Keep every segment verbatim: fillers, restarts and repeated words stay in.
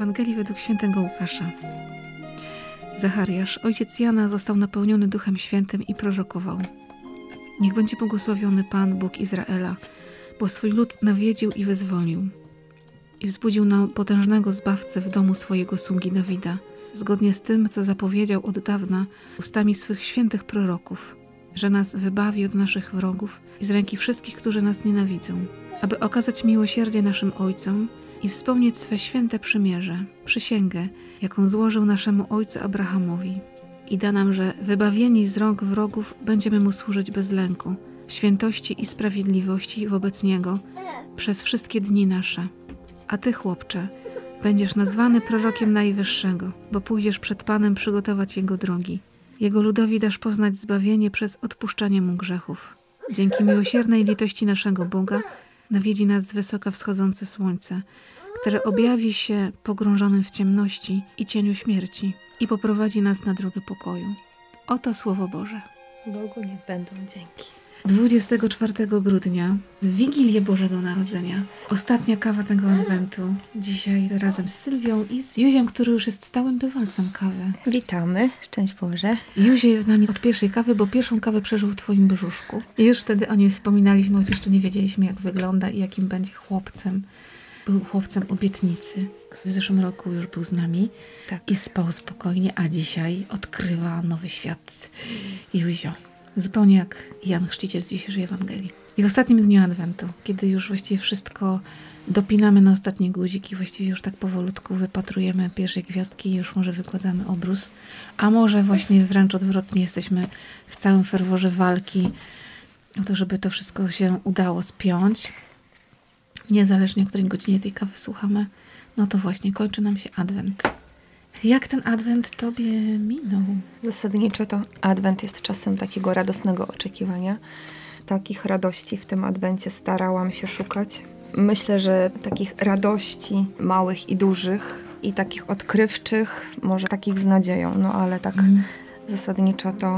Ewangelii według świętego Łukasza. Zachariasz, ojciec Jana, został napełniony Duchem Świętym i prorokował. Niech będzie błogosławiony Pan, Bóg Izraela, bo swój lud nawiedził i wyzwolił. I wzbudził nam potężnego Zbawcę w domu swojego sługi Dawida, zgodnie z tym, co zapowiedział od dawna ustami swych świętych proroków, że nas wybawi od naszych wrogów i z ręki wszystkich, którzy nas nienawidzą, aby okazać miłosierdzie naszym ojcom i wspomnieć swe święte przymierze, przysięgę, jaką złożył naszemu ojcu Abrahamowi. I da nam, że wybawieni z rąk wrogów będziemy mu służyć bez lęku, w świętości i sprawiedliwości wobec Niego przez wszystkie dni nasze. A Ty, chłopcze, będziesz nazwany prorokiem Najwyższego, bo pójdziesz przed Panem przygotować Jego drogi. Jego ludowi dasz poznać zbawienie przez odpuszczanie mu grzechów. Dzięki miłosiernej litości naszego Boga nawiedzi nas z wysoka wschodzące słońce, które objawi się pogrążonym w ciemności i cieniu śmierci i poprowadzi nas na drogę pokoju. Oto Słowo Boże. Bogu niech będą dzięki. dwudziestego czwartego grudnia, w Wigilię Bożego Narodzenia. Ostatnia kawa tego adwentu. Dzisiaj razem z Sylwią i z Juziem, który już jest stałym bywalcem kawy. Witamy, szczęść Boże. Juzio jest z nami od pierwszej kawy, bo pierwszą kawę przeżył w Twoim brzuszku. I już wtedy o nim wspominaliśmy, choć jeszcze nie wiedzieliśmy, jak wygląda i jakim będzie chłopcem. Był chłopcem obietnicy. W zeszłym roku już był z nami tak. I spał spokojnie, a dzisiaj odkrywa nowy świat. Juzio. Zupełnie jak Jan Chrzciciel z dzisiejszej Ewangelii. I w ostatnim dniu Adwentu, kiedy już właściwie wszystko dopinamy na ostatnie guziki, właściwie już tak powolutku wypatrujemy pierwsze gwiazdki i już może wykładamy obrus, a może właśnie wręcz odwrotnie, jesteśmy w całym ferworze walki o to, żeby to wszystko się udało spiąć, niezależnie o której godzinie tej kawy słuchamy, no to właśnie kończy nam się Adwent. Jak ten Adwent Tobie minął? Zasadniczo to Adwent jest czasem takiego radosnego oczekiwania. Takich radości w tym Adwencie starałam się szukać. Myślę, że takich radości małych i dużych i takich odkrywczych, może takich z nadzieją, no ale tak mm. zasadniczo to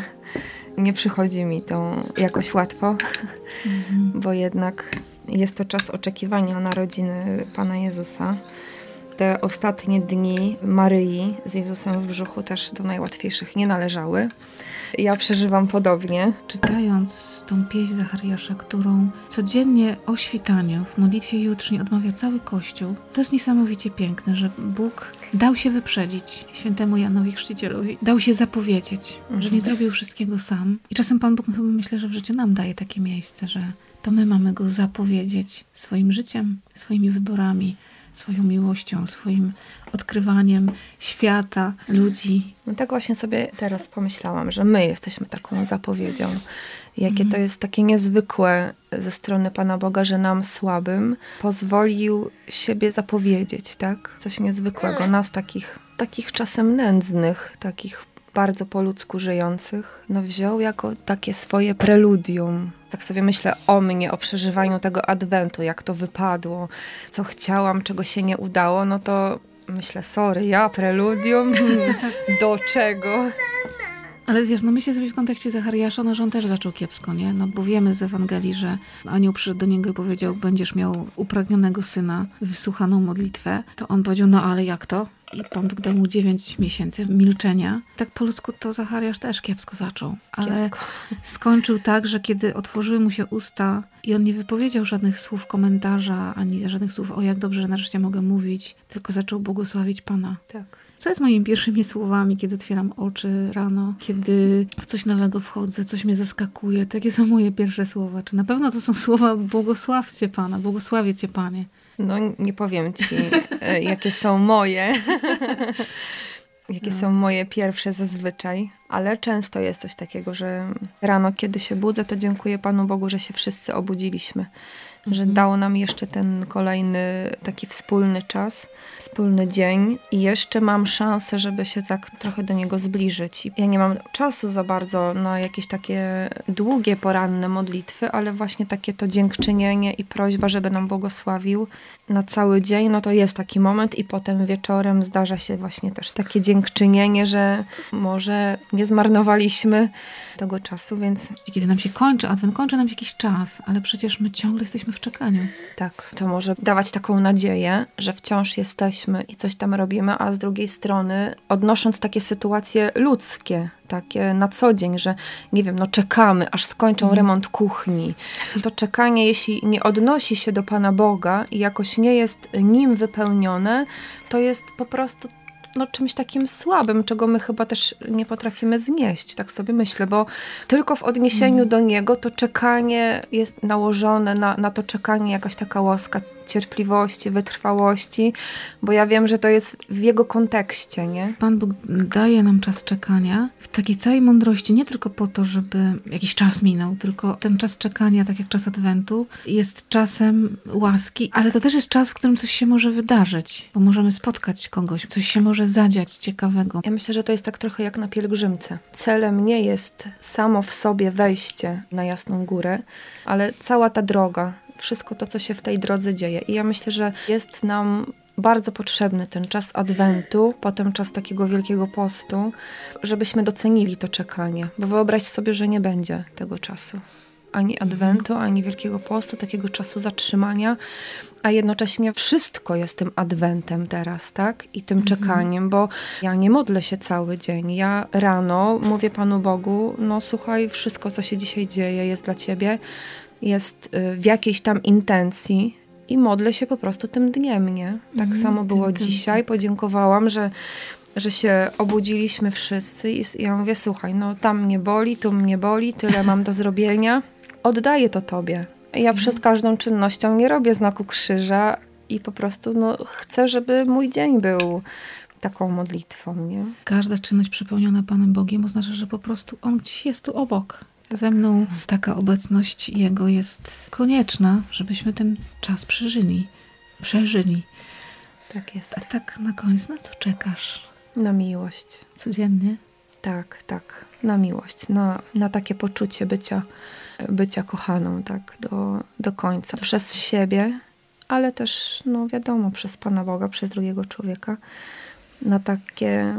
nie przychodzi mi to jakoś łatwo, mm. bo jednak jest to czas oczekiwania narodziny Pana Jezusa. Te ostatnie dni Maryi z Jezusem w brzuchu też do najłatwiejszych nie należały. Ja przeżywam podobnie. Czytając tą pieśń Zachariasza, którą codziennie o świtaniu w modlitwie jutrznej odmawia cały Kościół, to jest niesamowicie piękne, że Bóg dał się wyprzedzić świętemu Janowi Chrzcicielowi. Dał się zapowiedzieć, mhm. że nie zrobił wszystkiego sam. I czasem Pan Bóg chyba myślę, że w życiu nam daje takie miejsce, że to my mamy Go zapowiedzieć swoim życiem, swoimi wyborami, swoją miłością, swoim odkrywaniem świata, ludzi. No tak właśnie sobie teraz pomyślałam, że my jesteśmy taką zapowiedzią. Jakie mm. to jest takie niezwykłe ze strony Pana Boga, że nam słabym pozwolił siebie zapowiedzieć, tak? Coś niezwykłego. Nas takich, takich czasem nędznych, takich bardzo po ludzku żyjących, no wziął jako takie swoje preludium. Tak sobie myślę o mnie, o przeżywaniu tego Adwentu, jak to wypadło, co chciałam, czego się nie udało, no to myślę, sorry, ja preludium? Do czego? Ale wiesz, no myślę sobie w kontekście Zachariasza, no, że on też zaczął kiepsko, nie? No bo wiemy z Ewangelii, że anioł przyszedł do niego i powiedział, będziesz miał upragnionego syna, wysłuchaną modlitwę. To on powiedział, no ale jak to? I Pan Bóg dał mu dziewięć miesięcy milczenia. Tak po ludzku to Zachariasz też kiepsko zaczął. Ale kiepsko. Skończył tak, że kiedy otworzyły mu się usta i on nie wypowiedział żadnych słów komentarza, ani żadnych słów, o jak dobrze, że nareszcie mogę mówić, tylko zaczął błogosławić Pana. Tak. Co jest moimi pierwszymi słowami, kiedy otwieram oczy rano, kiedy w coś nowego wchodzę, coś mnie zaskakuje? Takie są moje pierwsze słowa. Czy na pewno to są słowa błogosławcie Pana, błogosławię Cię Panie? No nie powiem Ci, jakie są moje, jakie no. są moje pierwsze zazwyczaj, ale często jest coś takiego, że rano, kiedy się budzę, to dziękuję Panu Bogu, że się wszyscy obudziliśmy. Że mhm. dało nam jeszcze ten kolejny taki wspólny czas, wspólny dzień i jeszcze mam szansę, żeby się tak trochę do niego zbliżyć. Ja nie mam czasu za bardzo na jakieś takie długie, poranne modlitwy, ale właśnie takie to dziękczynienie i prośba, żeby nam błogosławił na cały dzień, no to jest taki moment i potem wieczorem zdarza się właśnie też takie dziękczynienie, że może nie zmarnowaliśmy tego czasu, więc... Kiedy nam się kończy Adwent, kończy nam się jakiś czas, ale przecież my ciągle jesteśmy w czekaniu. Tak, to może dawać taką nadzieję, że wciąż jesteśmy i coś tam robimy, a z drugiej strony odnosząc takie sytuacje ludzkie, takie na co dzień, że nie wiem, no czekamy, aż skończą mm. remont kuchni. To czekanie, jeśli nie odnosi się do Pana Boga i jakoś nie jest nim wypełnione, to jest po prostu no, czymś takim słabym, czego my chyba też nie potrafimy znieść, tak sobie myślę, bo tylko w odniesieniu mm. do Niego to czekanie jest nałożone, na, na to czekanie jakaś taka łaska cierpliwości, wytrwałości, bo ja wiem, że to jest w Jego kontekście, nie? Pan Bóg daje nam czas czekania w takiej całej mądrości, nie tylko po to, żeby jakiś czas minął, tylko ten czas czekania, tak jak czas Adwentu, jest czasem łaski, ale to też jest czas, w którym coś się może wydarzyć, bo możemy spotkać kogoś, coś się może zadziać ciekawego. Ja myślę, że to jest tak trochę jak na pielgrzymce. Celem nie jest samo w sobie wejście na Jasną Górę, ale cała ta droga, wszystko to, co się w tej drodze dzieje. I ja myślę, że jest nam bardzo potrzebny ten czas Adwentu, potem czas takiego Wielkiego Postu, żebyśmy docenili to czekanie. Bo wyobraź sobie, że nie będzie tego czasu. Ani Adwentu, ani Wielkiego Postu, takiego czasu zatrzymania, a jednocześnie wszystko jest tym Adwentem teraz, tak? I tym mhm. czekaniem, bo ja nie modlę się cały dzień. Ja rano mówię Panu Bogu, no słuchaj, wszystko, co się dzisiaj dzieje, jest dla Ciebie, jest w jakiejś tam intencji i modlę się po prostu tym dniem, nie? Tak mm, samo było tym, dzisiaj. Tym. Podziękowałam, że, że się obudziliśmy wszyscy i ja mówię, słuchaj, no tam mnie boli, tu mnie boli, tyle mam do zrobienia. Oddaję to Tobie. Ja przed każdą czynnością nie robię znaku krzyża i po prostu no, chcę, żeby mój dzień był taką modlitwą, nie? Każda czynność przepełniona Panem Bogiem oznacza, że po prostu On gdzieś jest tu obok. Ze mną taka obecność Jego jest konieczna, żebyśmy ten czas przeżyli. Przeżyli. Tak jest. A tak na koniec, na co czekasz? Na miłość. Codziennie? Tak, tak. Na miłość. Na, na takie poczucie bycia, bycia kochaną, tak, do, do końca. Przez siebie, ale też, no wiadomo, przez Pana Boga, przez drugiego człowieka. Na takie...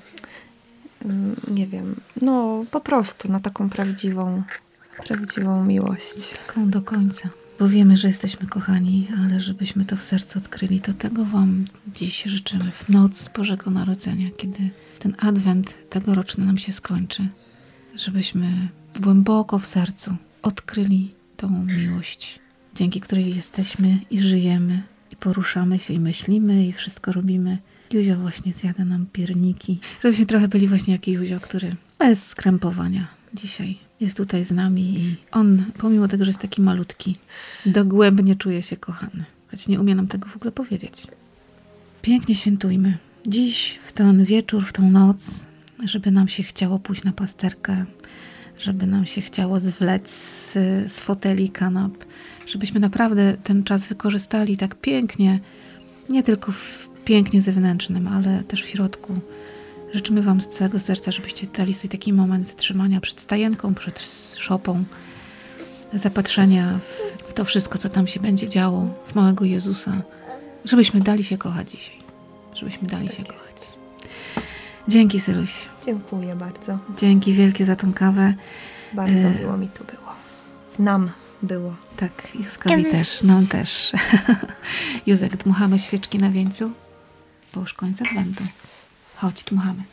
nie wiem, no po prostu na taką prawdziwą, prawdziwą miłość. Taką do końca. Bo wiemy, że jesteśmy kochani, ale żebyśmy to w sercu odkryli, to tego Wam dziś życzymy w noc Bożego Narodzenia, kiedy ten Adwent tegoroczny nam się skończy. Żebyśmy głęboko w sercu odkryli tą miłość, dzięki której jesteśmy i żyjemy, i poruszamy się, i myślimy, i wszystko robimy. Józio właśnie zjada nam pierniki. Żebyśmy trochę byli właśnie jak Józio, który bez skrępowania dzisiaj jest tutaj z nami i on, pomimo tego, że jest taki malutki, dogłębnie czuje się kochany. Choć nie umie nam tego w ogóle powiedzieć. Pięknie świętujmy. Dziś, w ten wieczór, w tą noc, żeby nam się chciało pójść na pasterkę, żeby nam się chciało zwlec z, z foteli, kanap, żebyśmy naprawdę ten czas wykorzystali tak pięknie, nie tylko w pięknie zewnętrznym, ale też w środku. Życzymy Wam z całego serca, żebyście dali sobie taki moment trzymania przed stajenką, przed szopą, zapatrzenia w to wszystko, co tam się będzie działo, w małego Jezusa, żebyśmy dali się kochać dzisiaj. Żebyśmy dali tak się jest. kochać. Dzięki, Syruś. Dziękuję bardzo. Dzięki wielkie za tą kawę. Bardzo e... miło mi tu było. Nam było. Tak, Józkowi też, nam też. Józek, dmuchamy świeczki na wieńcu, bo już koniec Adwentu. Chodź, dmuchamy.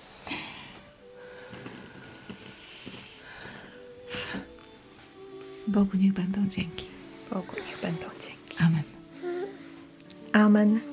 Bogu niech będą dzięki. Bogu niech będą dzięki. Amen. Amen.